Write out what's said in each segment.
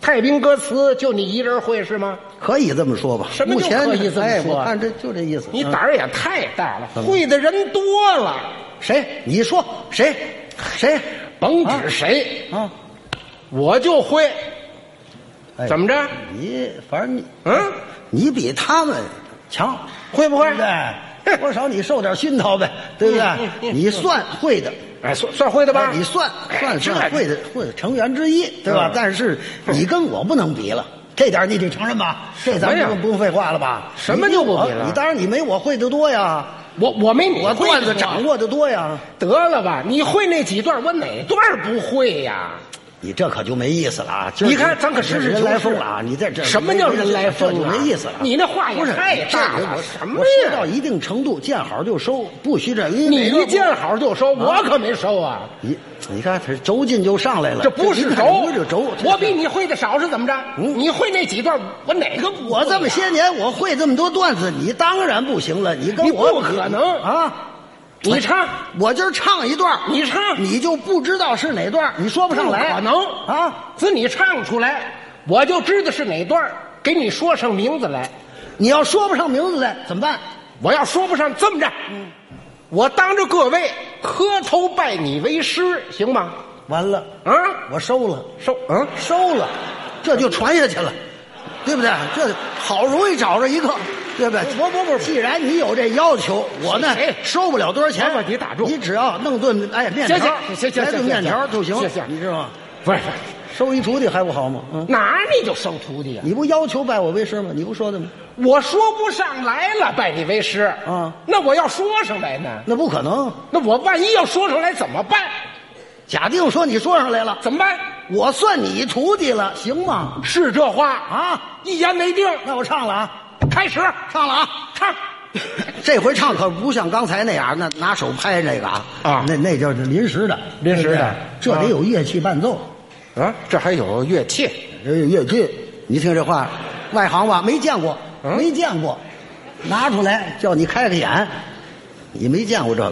太平歌词就你一人会是吗？ 可以这么说吧。 什么就可以这么说？ 我看这就这意思。 你胆儿也太大了，会的人多了。 谁？你说谁？谁？ 甭指谁啊， 我就会。怎么着？ 你反正你你比他们强， 会不会？ 对，多少你受点熏陶呗，对不对？你算会的。 哎，算会的吧？ 你算会的成员之一，对吧？但是你跟我不能比了，这点你得承认吧？这咱们不用废话了吧？ 什么就不比了？ 你当然你没我会的多呀， 我没你我段子掌握的多呀。 得了吧，你会那几段，我哪段不会呀？ 你这可就没意思了啊！ 你看，咱可实事人来疯了啊！你这什么叫人来疯啊？ 就没意思了。 你那话也太大了，什么呀？ 我说到一定程度，见好就收，不许这。 你见好就收，我可没收啊！ 你看他轴劲就上来了， 这不是轴， 这轴。 我比你会的少是怎么着？你会那几段，我哪个不会？ 我这么些年，我会这么多段子，你当然不行了。你跟我不可能啊！ 你唱， 我今儿唱一段， 你唱， 你就不知道是哪段，你说不上来。 不可能啊！ 自你唱出来，我就知道是哪段，给你说上名字来。 你要说不上名字来怎么办？ 我要说不上，这么着，我当着各位磕头拜你为师，行吗？ 完了啊， 我收了， 收了， 这就传下去了，对不对？这好容易找着一个。对不对？不，既然你有这要求，我呢收不了多少钱。 你打住！ 你只要弄顿面条，来顿面条就行。你知道吗？ 不是， 收一徒弟还不好吗？ 哪儿你就收徒弟啊？ 你不要求拜我为师吗？你不说的吗？ 我说不上来了，拜你为师啊。 那我要说上来呢？ 那不可能。 那我万一要说上来怎么办？ 假定说你说上来了， 怎么办？ 我算你徒弟了，行吗？ 是这话啊， 一言为定。 那我唱了啊。 开始唱了啊， 唱！ 这回唱可不像刚才那样，那拿手拍这个啊，那叫临时的，这得有乐器伴奏啊，这还有乐器， 乐器，你听这话，外行吧？没见过，拿出来叫你开开眼，你没见过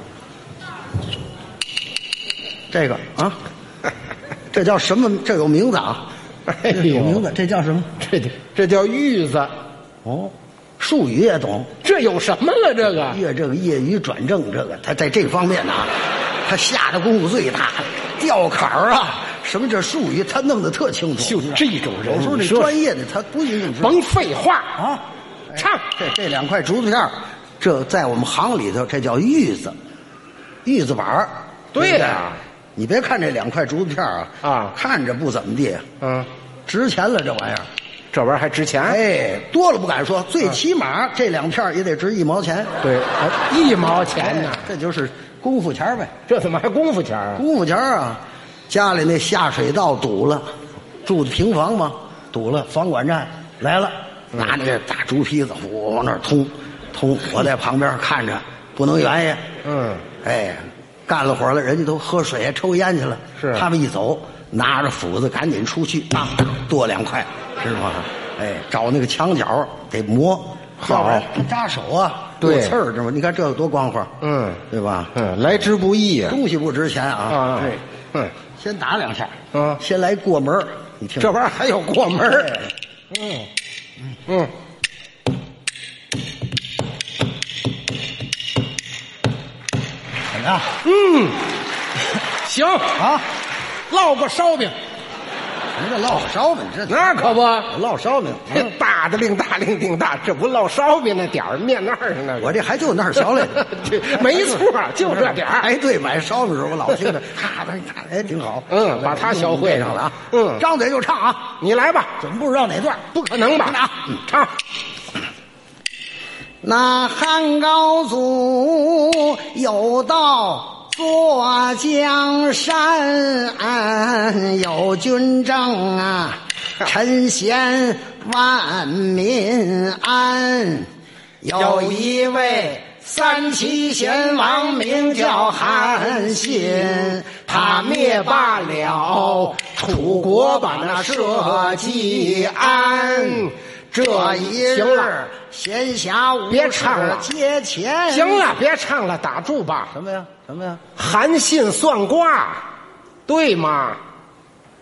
这个啊，这叫什么？这有名字啊。有名字，这叫什么？ 这叫玉子。 哦，术语也懂。 这有什么了？这个业余转正，他在这方面啊，他下的功夫最大。吊坎儿啊，什么这术语，他弄得特清楚。 就这种人， 有时候那专业的他不一定知道。 甭废话啊， 唱这2块竹子片，这在我们行里头这叫玉子板。 对呀。 你别看这2块竹子片啊，看着不怎么地，值钱了这玩意儿， 这玩意儿还值钱？ 哎，多了不敢说，最起码这2片也得值1毛钱。 对，1毛钱呢， 这就是功夫钱呗。 这怎么还功夫钱啊？ 功夫钱啊，家里那下水道堵了，住的平房嘛，堵了，房管站来了，拿那个大竹坯子往那儿通，我在旁边看着，不能原呀。哎。干了活了，人家都喝水抽烟去了。 是他们一走，拿着斧子赶紧出去，剁2块，知道吗？哎，找那个墙角得磨，好扎手啊， 对， 刺儿，知道吗？你看这个多光滑，对吧？ 来之不易啊， 东西不值钱啊。 对， 先打2下，先来过门，你听， 这玩意儿还有过门。 啊， 行啊， 烙个烧饼。 什么叫烙烧饼？这那可不， 烙烧饼， 大的令大令定大，这不烙烧饼那点儿面那儿呢？ 我这还就那儿学来的， 没错，就这点儿。 排队买烧饼时候，我老听着，哎，挺好。 把他学会上了啊。 张嘴就唱啊， 你来吧。 怎么不知道哪段？ 不可能吧？唱。 那汉高祖有道坐江山，有军政啊，臣贤万民安。有一位3齐贤王名叫韩信，他灭罢了楚国，把那社稷安。这一日，闲暇无别唱了， 借钱。 行了，别唱了，打住吧。 什么呀？ 韩信算卦，对吗？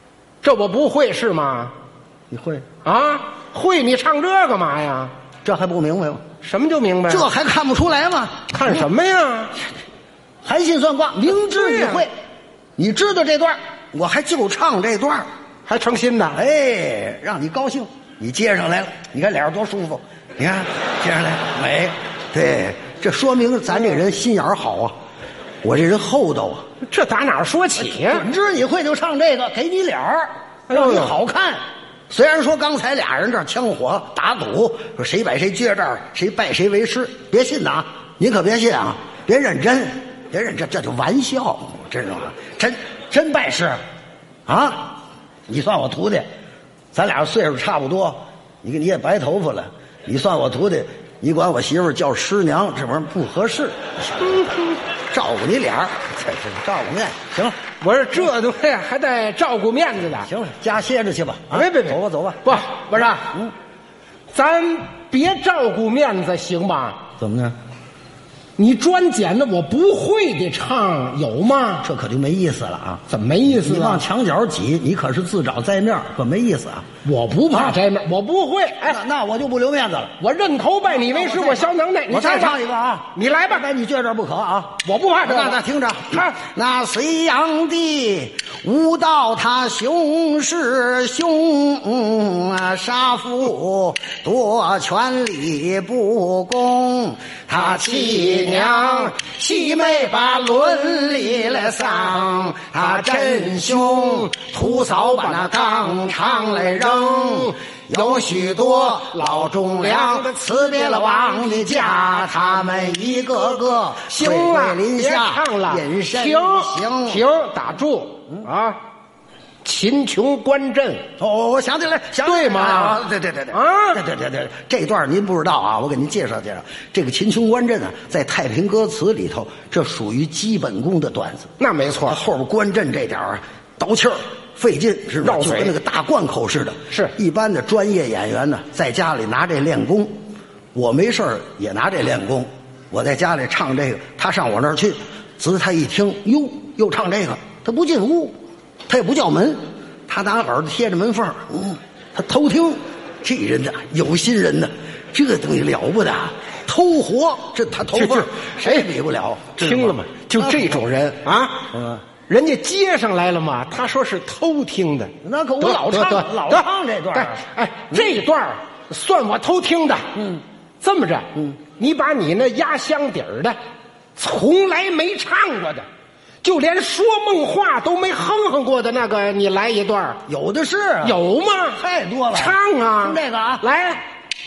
这我不会是吗？ 你会啊，会你唱这干嘛呀？ 这还不明白吗？ 什么就明白？ 这还看不出来吗？ 看什么呀？ 含心算卦，明知你会，你知道这段，我还就唱这段， 还成心的？ 哎，让你高兴，你接上来了，你看脸上多舒服，你看接上来美，对，这说明咱这人心眼好啊，我这人厚道啊。 这打哪儿说起呀？ 准知你会就唱这个，给你脸儿，让你好看。虽然说刚才俩人这枪火打赌，说谁把谁接这儿，谁拜谁为师，别信呐，您可别信啊，别认真，别认真，这就玩笑，知道吗？真拜师，啊，你算我徒弟，咱俩岁数差不多，你也白头发了，你算我徒弟，你管我媳妇叫师娘，这玩意儿不合适，照顾你俩，这照顾面，行了。 我说这东西还得照顾面子的。 行了，家歇着去吧。啊， 别， 走吧，走吧。 不是，咱别照顾面子行吧？ 怎么呢？ 你专捡的我不会的唱有吗？ 这可就没意思了啊！ 怎么没意思？ 你往墙角挤，你可是自找栽面，可没意思啊！ 我不怕摘面，我不会。哎， 那我就不留面子了。 我认头拜你为师，我小能耐。 我再唱一个啊！ 你来吧， 你撅这不可啊！ 我不怕这个。 那听着，那隋炀帝悟道他雄是雄杀父夺权力不公，他妻娘妻妹把伦理来丧，他真凶屠嫂把那纲常来扔，有许多老忠良辞别了王的家，他们一个个行了， 临下唱了， 隐身停，打住啊！秦琼观阵， 我想起来， 对吗？ 对啊，对，这段您不知道啊，我给您介绍介绍。这个秦琼观阵啊，在太平歌词里头，这属于基本功的段子。 那没错， 后边观阵这点儿倒气儿费劲，是吧？就跟那个大贯口似的。 是一般的专业演员呢，在家里拿这练功，我没事儿也拿这练功。我在家里唱这个，他上我那儿去，仔他一听，哟，又唱这个，他不进屋。他也不叫门，他拿耳朵贴着门缝，他偷听。这人呐，有心人呐，这东西了不得，偷活，这他偷缝，谁也比不了。 听了吗？就这种人啊，人家接上来了嘛，他说是偷听的， 那可我老唱这段。 哎，这段算我偷听的。这么着，你把你那压箱底儿的，从来没唱过的。就连说梦话都没哼哼过的那个，你来一段。 有的是啊。 有吗？ 太多了。 唱啊！ 听这个啊， 来。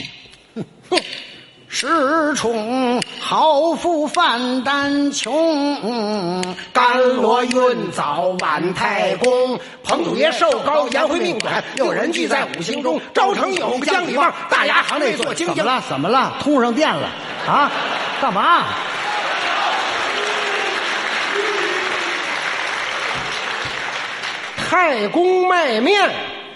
石冲好富范丹琼，甘罗运早晚太公， 彭祖爷寿高颜回命短，有人聚在五行中，招城有个江里旺，大衙行内做精英。 怎么了？通上电了啊？干嘛？ 太公卖面，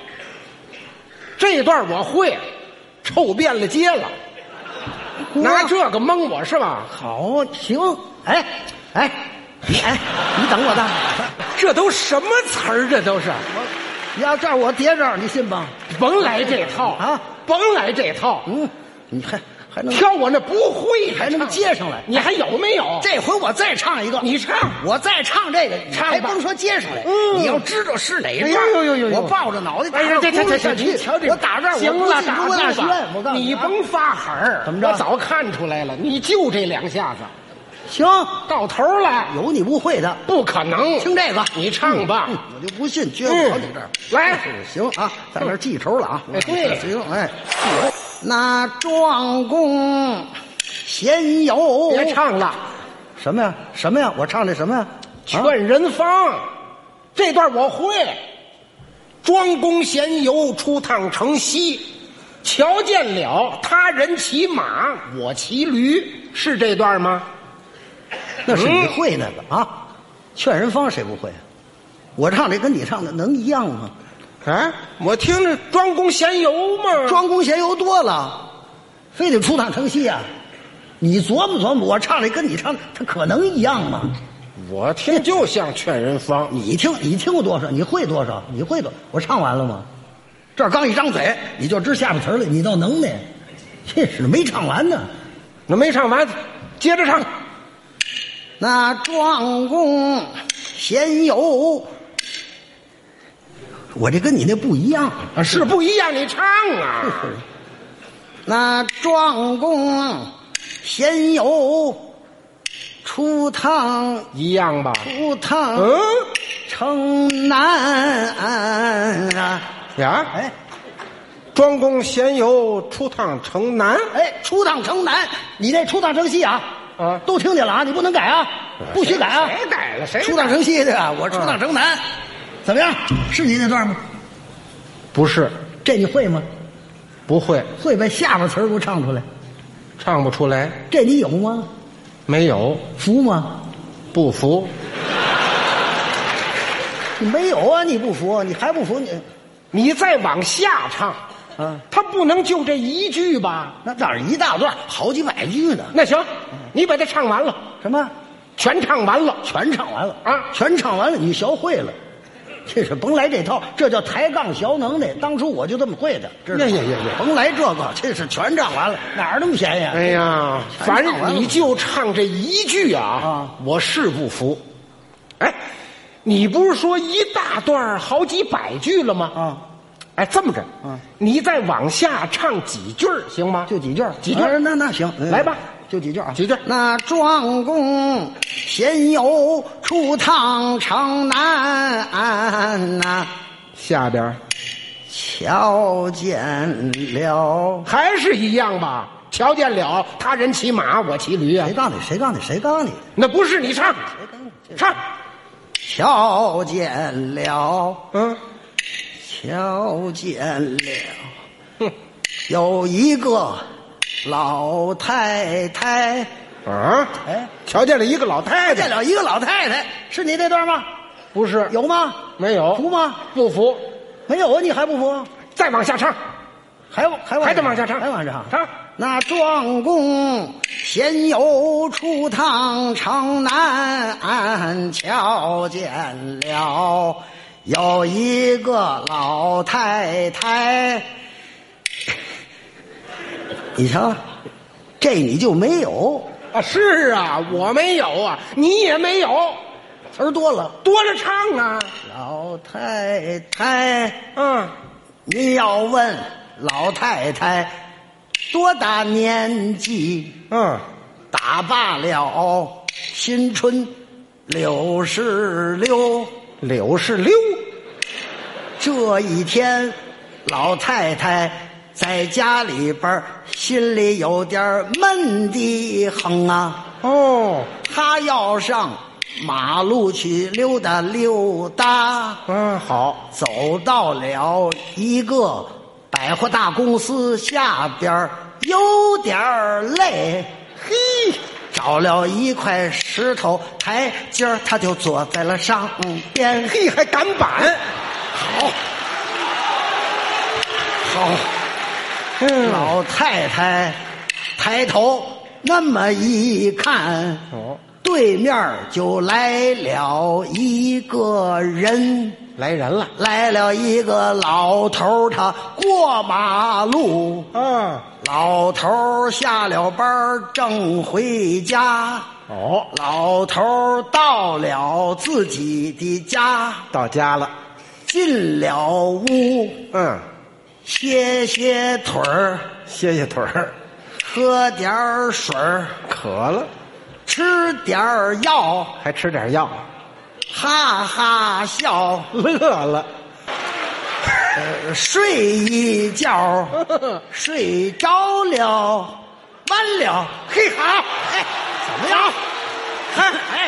这段我会，臭遍了街了。拿这个蒙我是吧？ 好，行，哎，你等我的， 这都什么词儿？这都是， 你要照我叠这儿，你信吗？ 甭来这套啊！甭来这套， 你还能挑我那不会， 还能接上来？ 你还有没有？ 这回我再唱一个， 你唱， 我再唱这个， 唱还甭说接上来，你要知道是哪一段。我抱着脑袋， 哎呀，这瞧这，我打这儿， 行了，打住吧， 你甭发狠儿， 怎么着？ 我早看出来了，你就这两下子。 行， 到头了， 有你不会的， 不可能。 听这个， 你唱吧， 我就不信，撅我你这儿来。 行啊，在那记仇了啊。 对， 行，那庄公闲游， 别唱了。 什么呀？我唱的什么呀？ 劝人方，这段我会。庄公闲游，出趟城西，瞧见了他人骑马，我骑驴，是这段吗？ 那是你会那个啊，劝人方谁不会啊？我唱这跟你唱的能一样吗？ 啊，我听着庄公闲游嘛， 庄公闲游多了，非得出趟城西啊？你琢磨琢磨，我唱这跟你唱，它可能一样吗？ 我听就像劝人方。 你听过多少？你会多少？你会多？我唱完了吗？这儿刚一张嘴，你就知下边词儿了，你倒能耐，这是没唱完呢。 那没唱完，接着唱。 那庄公闲游，我这跟你那不一样啊，是不一样，你唱啊。 那庄公闲游，出趟一样吧？ 出趟城南啊呀！哎，庄公闲游，出趟城南。 哎，出趟城南，你那出趟城西啊？ 啊， 都听见了啊！你不能改啊，不许改啊！ 谁改了？谁出趟城西的啊？我出趟城南，怎么样？是你那段吗？ 不是， 这你会吗？ 不会， 会把下边词儿给我唱出来。 唱不出来。 这你有吗？ 没有。 服吗？ 不服。 你没有啊？你不服？你还不服？ 你再往下唱。 啊， 他不能就这一句吧？ 那哪儿一大段，好几百句呢？ 那行，你把它唱完了。 什么？ 全唱完了？ 全唱完了啊！ 全唱完了，你学会了。这是甭来这套，这叫抬杠学能耐。当初我就这么会的，知道吗？甭来这个，这是全唱完了，哪儿那么便宜？ 哎呀，反正你就唱这一句啊，我是不服。哎，你不是说一大段好几百句了吗？啊。哎，这么着，你再往下唱几句行吗？ 就几句， 几句。 那行， 来吧， 就几句啊， 几句。 那庄公闲游，出趟城南呐， 下边瞧见了， 还是一样吧？瞧见了，他人骑马，我骑驴啊。 谁告诉你？谁告诉你？谁告诉你？ 那不是你唱， 谁告诉你？ 唱。 瞧见了，瞧见了，有一个老太太啊！哎，瞧见了一个老太太， 见了一个老太太，是你这段吗？ 不是， 有吗？ 没有。 服吗？ 不服。 没有啊，你还不服？ 再往下唱， 还得往下唱， 还往下唱。 那庄公闲游，出趟城南，瞧见了有一个老太太，你瞧，这你就没有啊？是啊，我没有啊，你也没有， 词儿多了， 多了唱啊。 老太太，你要问老太太多大年纪？打罢了新春66。 66， 这一天，老太太在家里边心里有点闷的很啊。 哦， 她要上马路去溜达溜达。 好， 走到了一个百货大公司下边，有点累。嘿。找了一块石头台阶儿，他就坐在了上边。 嘿，还赶板，好， 老太太抬头那么一看，对面就来了一个人。 来人了， 来了一个老头，他过马路。老头下了班正回家。老头到了自己的家， 到家了， 进了屋，歇歇腿儿， 歇歇腿儿， 喝点水儿， 渴了， 吃点药， 还吃点药， 哈哈笑， 乐了， 睡一觉，睡着了，完了，嘿好，哎，怎么样？看，哎。